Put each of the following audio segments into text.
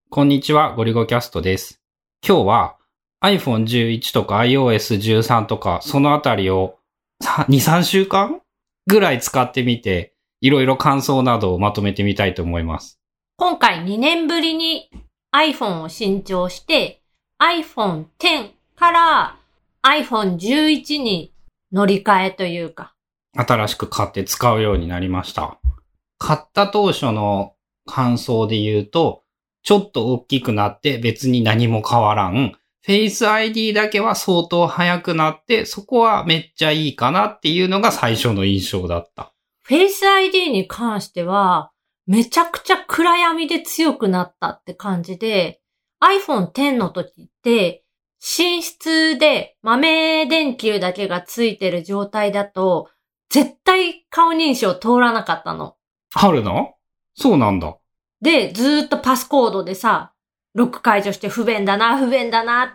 こんにちは、ゴリゴキャストです。今日は iPhone 11とか iOS 13とかそのあたりを2、3週間ぐらい使ってみて、いろいろ感想などをまとめてみたいと思います。 今回2年ぶりに iPhone を新調して iPhone X から iPhone 11に乗り換えというか。 新しく買って使うようになりました。買った当初の感想で言うと、ちょっと大きくなって別に何も変わらん。Face ID だけは相当速くなって、そこはめっちゃいいかなっていうのが最初の印象だった。 Face ID に関しては、めちゃくちゃ暗闇で強くなったって感じで、iPhone X の時って、寝室で豆電球だけがついてる状態だと、絶対顔認証通らなかったの。 あるの？そうなんだ。 で、ずーっとパスコードでさ、ロック解除して不便だなって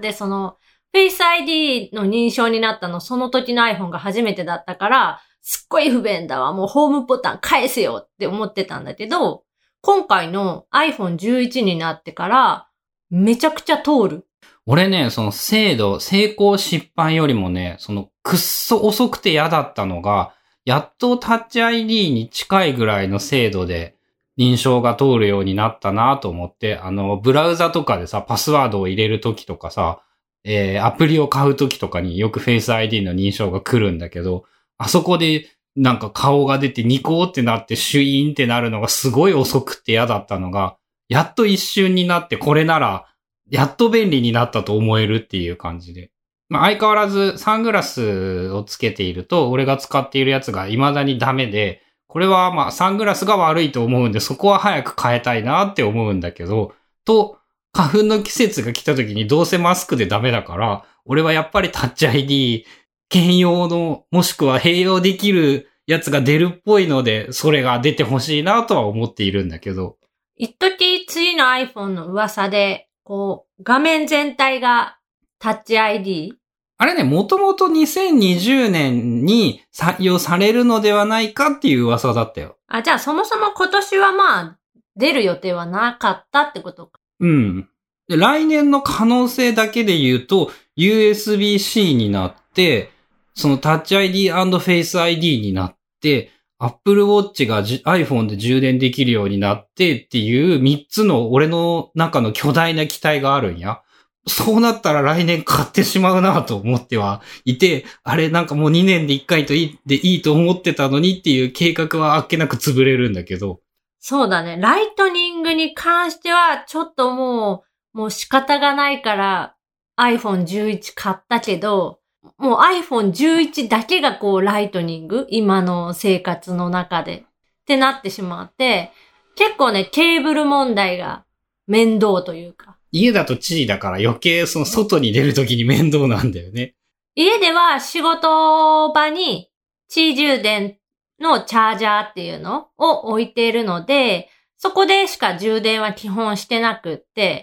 、Face ID の認証になったの、その時の iPhone が初めてだったから、すっごい不便だわ、もうホームボタン返せよって思ってたんだけど、今回の iPhone 11になってから、めちゃくちゃ通る。 俺ね、成功失敗よりもね、くっそ遅くて嫌だったのが、やっとタッチ ID に近いぐらいの精度で、認証が通るようになったなと思って、ブラウザとかでさ、パスワードを入れるときとかさ、アプリを買うときとかによく Face ID の認証が来るんだけど、あそこでなんか顔が出てニコーってなってシュイーンってなるのがすごい遅くて嫌だったのが、やっと一瞬になってこれなら、やっと便利になったと思えるっていう感じで。まあ相変わらずサングラスをつけていると、俺が使っているやつが未だにダメで、これはまあサングラスが悪いと思うんでそこは早く変えたいなって思うんだけど、花粉の季節が来た時にどうせマスクでダメだから、俺はやっぱりタッチ ID 兼用のもしくは併用できるやつが出るっぽいので、それが出てほしいなとは思っているんだけど。 一時次の iPhone の噂で、画面全体がタッチ ID？ あれね、もともと2020年に採用されるのではないかっていう噂だったよ。 じゃあそもそも今年はまあ、出る予定はなかったってことか。 うん。で、来年の可能性だけで言うと、USB-C になって、その Touch ID&Face ID になって、Apple Watch がiPhone で充電できるようになってっていう3つの俺の中の巨大な期待があるんや。そうなったら来年買ってしまうなと思ってはいて、あれなんかもう2年で1回でいいと思ってたのにっていう計画はあっけなく潰れるんだけど。 そうだね。ライトニングに関してはちょっともう仕方がないから iPhone 11買ったけど、もう iPhone 11だけがライトニング今の生活の中でってなってしまって、結構ね、ケーブル問題が面倒というか。 家だと地位だから余計外に出るときに面倒なんだよね。 家では仕事場に地位充電のチャージャーっていうのを置いているので、そこでしか充電は基本してなくって、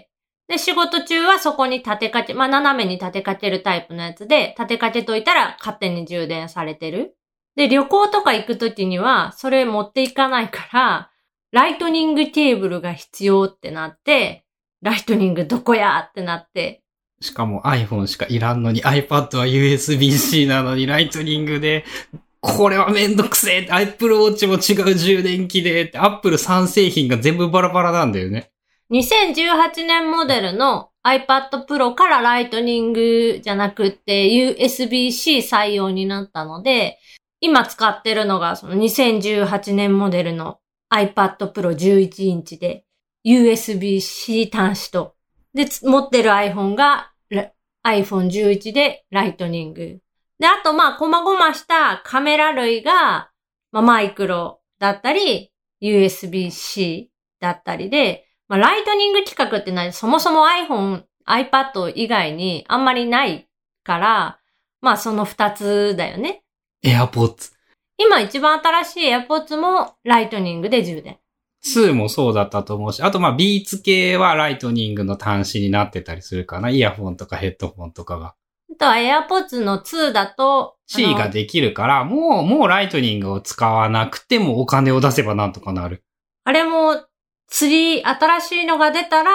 で、仕事中はそこに立てかけ、斜めに立てかけるタイプのやつで、立てかけといたら勝手に充電されてる。で、旅行とか行くときには、それ持っていかないから、ライトニングケーブルが必要ってなって、ライトニングどこやってなって。 しかも iPhone しかいらんのに iPad は USB-C なのにライトニングで、これはめんどくせえ。Apple Watch も違う充電器で、Apple 3製品が全部バラバラなんだよね。 2018年モデルの iPad Pro からライトニングじゃなくって USB-C 採用になったので、今使ってるのがその2018年モデルの iPad Pro 11インチで USB-C 端子と、で、持ってる iPhone が iPhone 11でライトニング。で、あと細々したカメラ類が、マイクロだったり USB-C だったりで、ライトニング規格ってそもそも iPad 以外にあんまりないから、その2つだよね。 AirPods。 今一番新しい AirPods もライトニングで充電。 2もそうだったと思うし、あとビーツ系はライトニングの端子になってたりするかな。イヤホンとかヘッドホンとかが。 あとは AirPods の2だと、 C ができるから、もうライトニングを使わなくてもお金を出せばなんとかなる。 あれも、新しいのが出たら、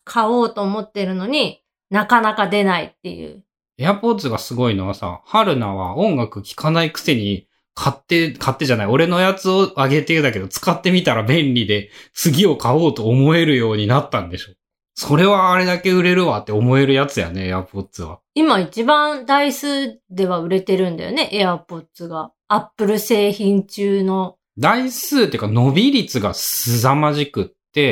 買おうと思ってるのになかなか出ないっていう。 AirPods がすごいのはさ、春菜は音楽聴かないくせに買ってじゃない。俺のやつをあげてだけど使ってみたら便利で次を買おうと思えるようになったんでしょ。それはあれだけ売れるわって思えるやつやね、AirPods は。 今一番台数では売れてるんだよね、AirPods が。Apple 製品中の。 台数っていうか伸び率が凄まじくって、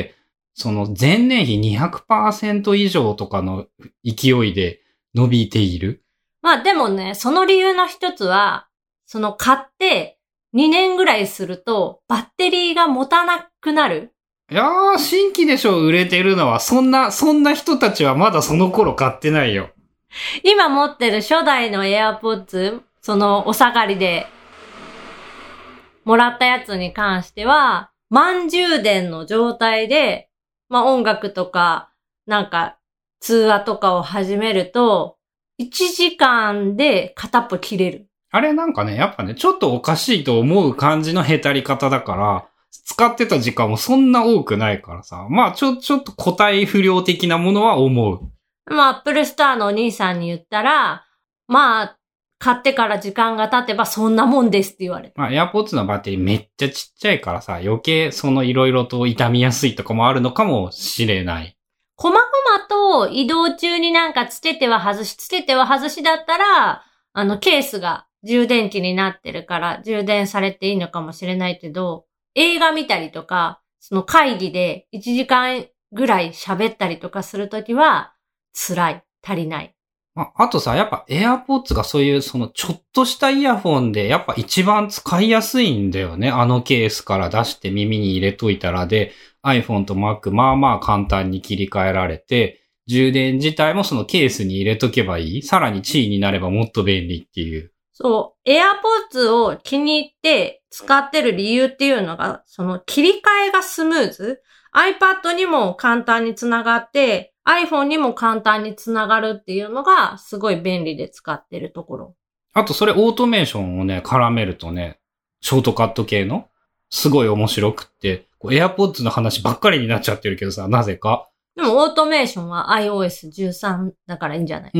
その前年比 200% 以上とかの勢いで伸びている。 まあでもね、その理由の一つは、その買って2年ぐらいするとバッテリーが持たなくなる。 いやー、新規でしょ、売れてるのは。そんな人たちはまだその頃買ってないよ。 今持ってる初代の AirPods、そのお下がりでもらったやつに関しては、満充電の状態で、まあ音楽とか、なんか通話とかを始めると、1時間で片っぽ切れる。 あれなんかね、やっぱね、ちょっとおかしいと思う感じのへたり方だから、使ってた時間もそんな多くないからさ。まあちょっと個体不良的なものは思う。 まあ Apple Store のお兄さんに言ったら、まあ、買ってから時間が経てばそんなもんですって言われた。 まあ AirPods のバッテリーめっちゃちっちゃいからさ、余計その色々と傷みやすいとかもあるのかもしれない。 こまごまと移動中になんかつけては外しだったら、ケースが充電器になってるから充電されていいのかもしれないけど、映画見たりとか、その会議で1時間ぐらい喋ったりとかするときは、辛い、足りない。 あとさ、やっぱ AirPods がそういうそのちょっとしたイヤホンでやっぱ一番使いやすいんだよね。あのケースから出して耳に入れといたらで、iPhone と Mac まあまあ簡単に切り替えられて、充電自体もそのケースに入れとけばいい。さらに地位になればもっと便利っていう。 そう、AirPods を気に入って使ってる理由っていうのが、その切り替えがスムーズ。iPad にも簡単につながって、iPhone にも簡単につながるっていうのがすごい便利で使ってるところ。 あとそれオートメーションをね、絡めるとね、ショートカット系のすごい面白くって、AirPods の話ばっかりになっちゃってるけどさ、なぜか。 でもオートメーションは iOS13 だからいいんじゃない？ うん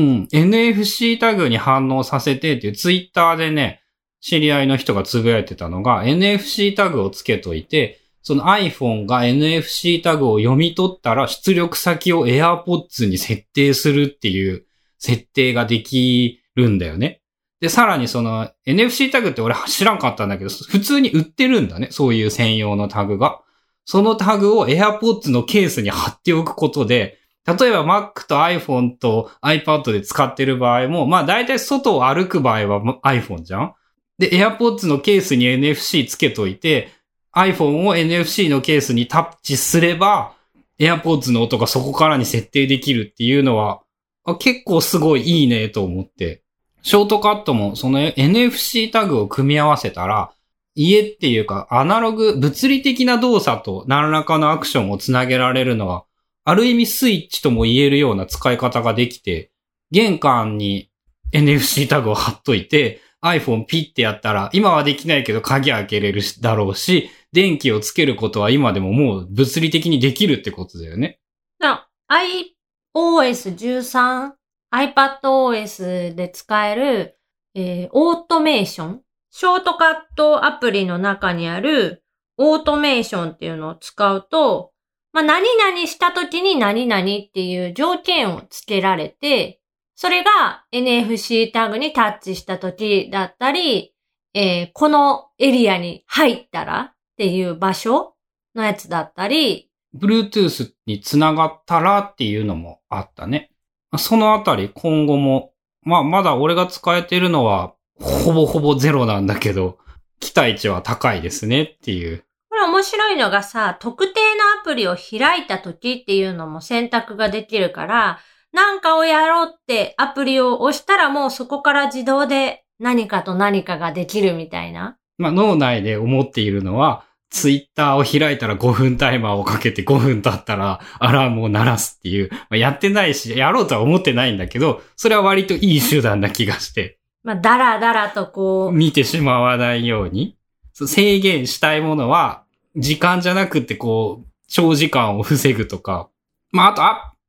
。NFC タグに反応させてっていうツイッターでね、知り合いの人がつぶやいてたのが NFC タグをつけといて、その iPhone が NFC タグを読み取ったら出力先を AirPods に設定するっていう設定ができるんだよね。で、さらにその NFC タグって俺知らんかったんだけど、普通に売ってるんだね。そういう専用のタグが。そのタグを AirPods のケースに貼っておくことで、例えば Mac と iPhone と iPad で使ってる場合も、まあ大体外を歩く場合は iPhone じゃん？で、AirPods のケースに NFC つけといて、iPhone を NFC のケースにタッチすれば、AirPods の音がそこからに設定できるっていうのは、結構すごいいいねと思って。ショートカットもその NFC タグを組み合わせたら、家っていうかアナログ、物理的な動作と何らかのアクションをつなげられるのは、ある意味スイッチとも言えるような使い方ができて、玄関に NFC タグを貼っといて、iPhone ピッてやったら、今はできないけど鍵開けれるだろうし、電気をつけることは今でももう物理的にできるってことだよね。 iOS13、iPadOS で使える、オートメーション、ショートカットアプリの中にあるオートメーションっていうのを使うと、まあ、何々した時に何々っていう条件をつけられて、それが NFC タグにタッチした時だったり、このエリアに入ったらっていう場所のやつだったり、 Bluetooth につながったらっていうのもあったね。そのあたり今後も、まあまだ俺が使えてるのはほぼほぼゼロなんだけど、期待値は高いですねっていう。 これ面白いのがさ、特定のアプリを開いた時っていうのも選択ができるから、なんかをやろうってアプリを押したらもうそこから自動で何かと何かができるみたいな。 まあ脳内で思っているのは、ツイッターを開いたら5分タイマーをかけて5分経ったらアラームを鳴らすっていう、まあ、やってないし、やろうとは思ってないんだけど、それは割といい手段な気がして。 まあ、だらだらとこう。 見てしまわないように。制限したいものは、時間じゃなくて長時間を防ぐとか。まあ、あと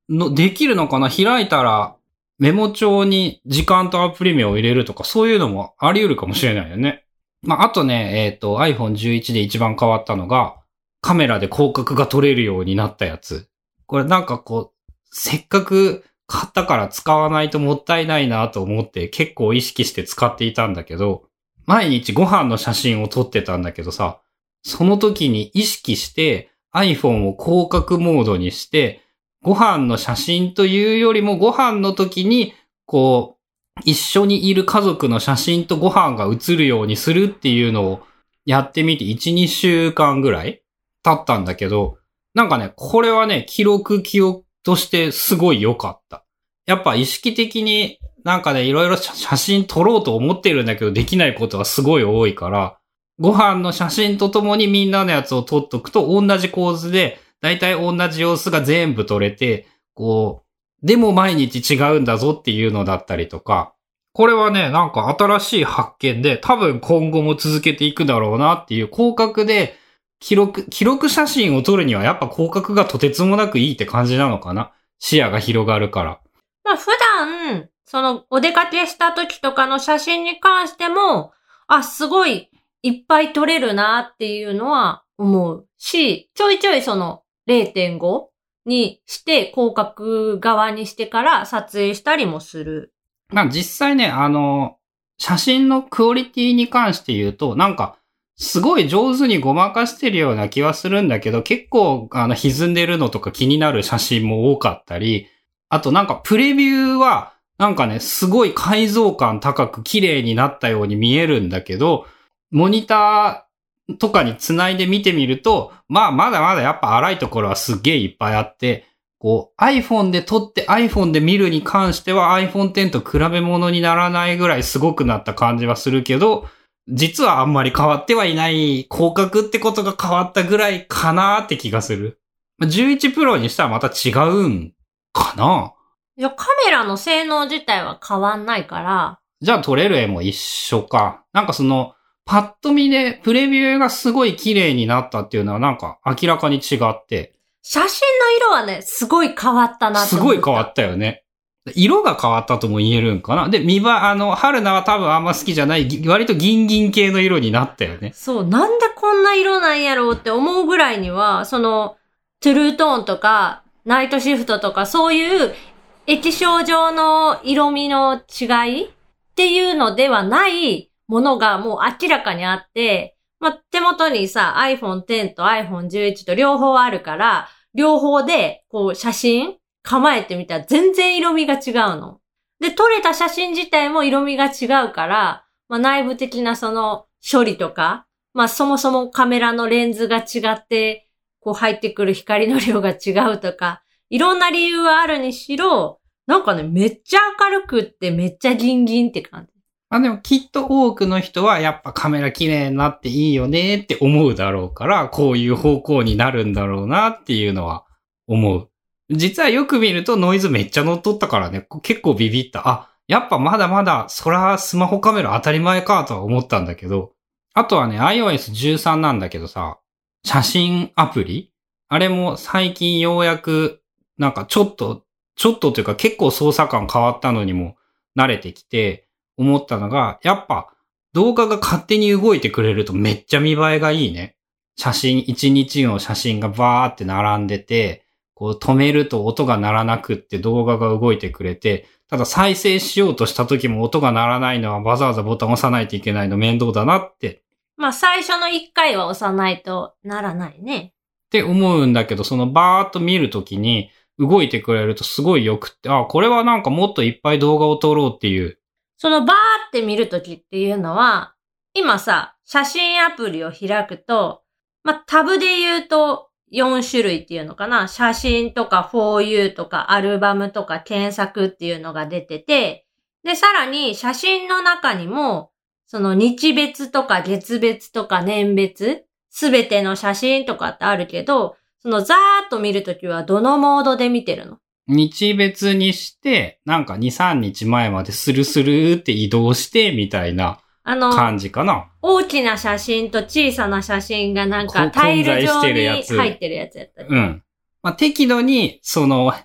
できるのかな？開いたらメモ帳に時間とアプリ名を入れるとか、そういうのもあり得るかもしれないよね。まあ、あとね、iPhone 11で一番変わったのが、カメラで広角が撮れるようになったやつ。これなんかこう、せっかく買ったから使わないともったいないなと思って結構意識して使っていたんだけど、毎日ご飯の写真を撮ってたんだけどさ、その時に意識して iPhone を広角モードにして、ご飯の写真というよりもご飯の時にこう、一緒にいる家族の写真とご飯が写るようにするっていうのをやってみて1、2週間ぐらい経ったんだけど、なんかね、これはね、記憶としてすごい良かった。やっぱ意識的になんかね、いろいろ写真撮ろうと思ってるんだけどできないことがすごい多いから、ご飯の写真とともにみんなのやつを撮っとくと同じ構図で、だいたい同じ様子が全部撮れて、こう、でも毎日違うんだぞっていうのだったりとか、これはね、なんか新しい発見で多分今後も続けていくだろうなっていう広角で記録写真を撮るにはやっぱ広角がとてつもなくいいって感じなのかな。視野が広がるから。 まあ普段、そのお出かけした時とかの写真に関しても、すごいいっぱい撮れるなっていうのは思うし、ちょいちょいその 0.5 にして広角側にしてから撮影したりもする。 まあ実際ね、写真のクオリティに関して言うと、なんか、すごい上手にごまかしてるような気はするんだけど、結構、歪んでるのとか気になる写真も多かったり、あとなんかプレビューは、なんかね、すごい解像感高く綺麗になったように見えるんだけど、モニターとかにつないで見てみると、まあまだまだやっぱ荒いところはすっげえいっぱいあって、こう iPhone で撮って iPhone で見るに関しては iPhone X と比べ物にならないぐらいすごくなった感じはするけど、実はあんまり変わってはいない、広角ってことが変わったぐらいかなって気がする。11 Pro にしたらまた違うんかな？ いや、カメラの性能自体は変わんないから。 じゃあ撮れる絵も一緒か。なんかその、パッと見でプレビューがすごい綺麗になったっていうのはなんか明らかに違って。 写真の色はね、すごい変わったなって思った。 すごい変わったよね。色が変わったとも言えるんかな。で、春菜は多分あんま好きじゃない、割とギンギン系の色になったよね。 そう、なんでこんな色なんやろうって思うぐらいには、その、トゥルートーンとか、ナイトシフトとか、そういう液晶上の色味の違いっていうのではないものがもう明らかにあって、まあ、手元にさ、iPhone X と iPhone 11と両方あるから、両方で、こう、写真構えてみたら全然色味が違うの。で、撮れた写真自体も色味が違うから、まあ、内部的なその処理とか、まあ、そもそもカメラのレンズが違って、こう入ってくる光の量が違うとか、いろんな理由はあるにしろ、なんかね、めっちゃ明るくってめっちゃギンギンって感じ。 まあでもきっと多くの人はやっぱカメラ綺麗になっていいよねって思うだろうから、こういう方向になるんだろうなっていうのは思う。実はよく見るとノイズめっちゃ乗っとったからね、結構ビビった。やっぱまだまだ、そらスマホカメラ当たり前かとは思ったんだけど、あとはね、iOS13 なんだけどさ、写真アプリ？あれも最近ようやく、なんかちょっとというか結構操作感変わったのにも慣れてきて、思ったのが、やっぱ動画が勝手に動いてくれるとめっちゃ見栄えがいいね。写真、一日の写真がバーって並んでて、こう止めると音が鳴らなくって動画が動いてくれて、ただ再生しようとした時も音が鳴らないのはわざわざボタンを押さないといけないの面倒だなって。 まあ最初の1回は押さないとならないね。 って思うんだけど、そのバーっと見るときに動いてくれるとすごいよくって、これはなんかもっといっぱい動画を撮ろうっていう。 そのバーって見るときっていうのは、今さ、写真アプリを開くと、まあ、タブで言うと4種類っていうのかな。写真とか For You とかアルバムとか検索っていうのが出てて、で、さらに写真の中にも、その日別とか月別とか年別、すべての写真とかってあるけど、そのざーっと見るときはどのモードで見てるの？ 日別にして、なんか2、3日前までスルスルって移動してみたいな感じかな。 大きな写真と小さな写真がなんかタイル状に入ってるやつやった。 うん。まあ、適度にその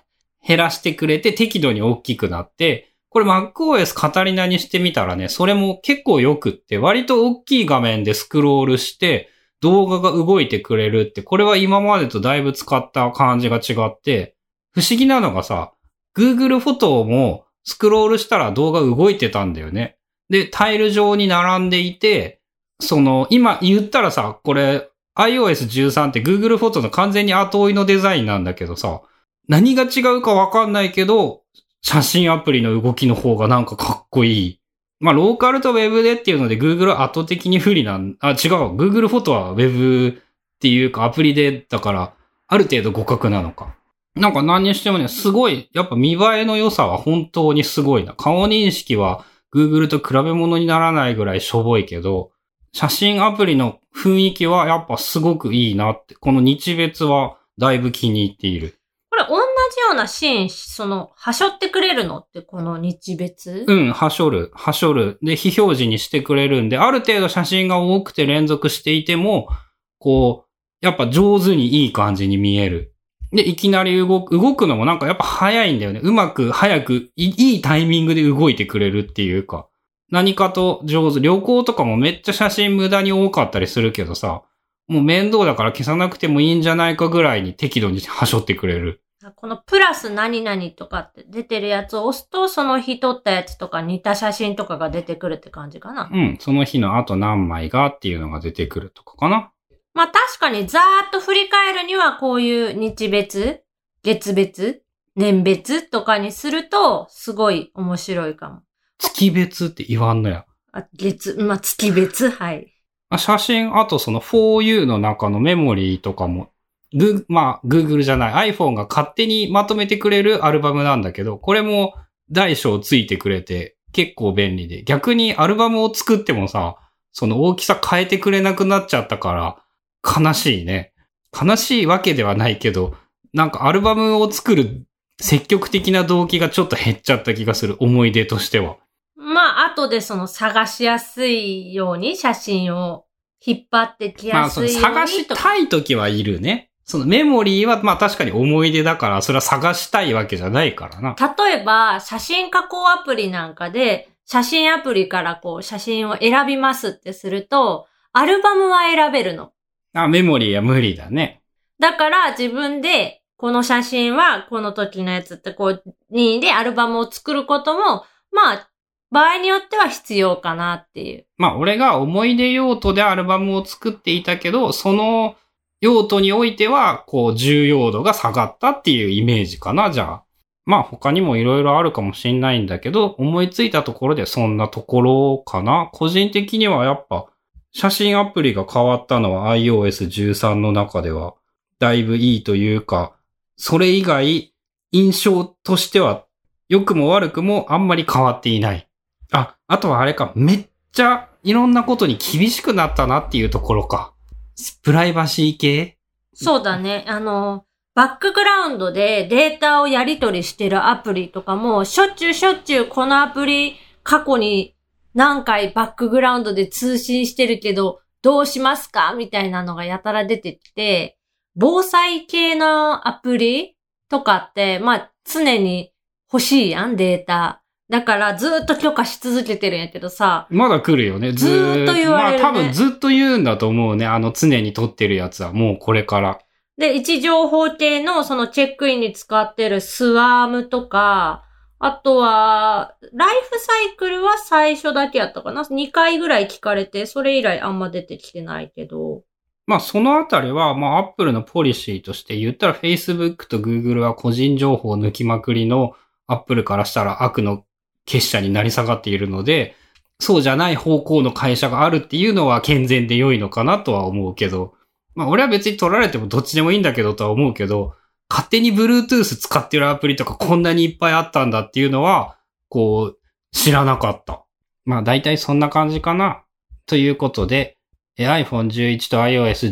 減らしてくれて適度に大きくなって、これ MacOS カタリナにしてみたらね、それも結構よくって、割と大きい画面でスクロールして動画が動いてくれるって、これは今までとだいぶ使った感じが違って、不思議なのがさ、Google フォトもスクロールしたら動画動いてたんだよね。で、タイル上に並んでいて、今言ったらさ、これ iOS13 って Google フォトの完全に後追いのデザインなんだけどさ、何が違うかわかんないけど、写真アプリの動きの方がなんかかっこいい。まあ、ローカルと Web でっていうので Google は圧倒的に不利違う。Google フォトは Web っていうかアプリでだから、ある程度互角なのか。なんか何にしてもね、すごい、やっぱ見栄えの良さは本当にすごいな。顔認識は Google と比べ物にならないぐらいしょぼいけど、写真アプリの雰囲気はやっぱすごくいいなって。この日別はだいぶ気に入っている。 これ同じようなシーン、はしょってくれるのってこの日別？ うん、はしょる。で、非表示にしてくれるんで、ある程度写真が多くて連続していても、こう、やっぱ上手にいい感じに見える。で、いきなり動くのもなんかやっぱ早いんだよね。うまく、早く、いいタイミングで動いてくれるっていうか。何かと上手。旅行とかもめっちゃ写真無駄に多かったりするけどさ、もう面倒だから消さなくてもいいんじゃないかぐらいに適度にはしょってくれる。 このプラス何々とかって出てるやつを押すと、その日撮ったやつとか似た写真とかが出てくるって感じかな。 うん、その日のあと何枚がっていうのが出てくるとかかな。 まあ確かにざーっと振り返るにはこういう日別、月別、年別とかにするとすごい面白いかも。 月別って言わんのや。 月別、はい。 写真、あとFor You の中のメモリーとかも、Google じゃない iPhone が勝手にまとめてくれるアルバムなんだけど、これも大小ついてくれて結構便利で、逆にアルバムを作ってもさ、その大きさ変えてくれなくなっちゃったから悲しいね。悲しいわけではないけど、なんかアルバムを作る積極的な動機がちょっと減っちゃった気がする、思い出としては。 まあ後で探しやすいように写真を引っ張ってきやすいように。 探したい時はいるね。メモリーは確かに思い出だから、それは探したいわけじゃないからな。 例えば、写真加工アプリなんかで、写真アプリから写真を選びますってすると、アルバムは選べるの。 メモリーは無理だね。 だから自分で、この写真はこの時のやつって任意でアルバムを作ることも、場合によっては必要かなっていう。 俺が思い出用途でアルバムを作っていたけど、その用途においては、重要度が下がったっていうイメージかな、じゃあ。他にもいろいろあるかもしれないんだけど、思いついたところでそんなところかな。個人的にはやっぱ、写真アプリが変わったのは iOS13 の中では、だいぶいいというか、それ以外、印象としては、良くも悪くもあんまり変わっていない。あとはあれか、めっちゃいろんなことに厳しくなったなっていうところか。プライバシー系？ そうだね。バックグラウンドでデータをやり取りしてるアプリとかも、しょっちゅうこのアプリ過去に何回バックグラウンドで通信してるけど、どうしますかみたいなのがやたら出てきて、防災系のアプリとかって、常に欲しいやん、データ。だからずっと許可し続けてるんやけどさ。 まだ来るよね。 ずーっと言われるね。 多分ずっと言うんだと思うね。常に撮ってるやつはもうこれから。 で、位置情報系のチェックインに使ってるスワームとか、あとは、ライフサイクルは最初だけやったかな。2回ぐらい聞かれて、それ以来あんま出てきてないけど。 そのあたりは、Apple のポリシーとして言ったら Facebook と Google は個人情報抜きまくりの Apple からしたら悪の結社になり下がっているので、そうじゃない方向の会社があるっていうのは健全で良いのかなとは思うけど、俺は別に取られてもどっちでもいいんだけどとは思うけど、勝手に Bluetooth 使ってるアプリとかこんなにいっぱいあったんだっていうのは、知らなかった。大体そんな感じかな。ということで、iPhone 11と iOS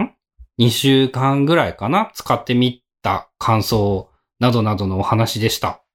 13、2週間ぐらいかな、使ってみた感想などなどのお話でした。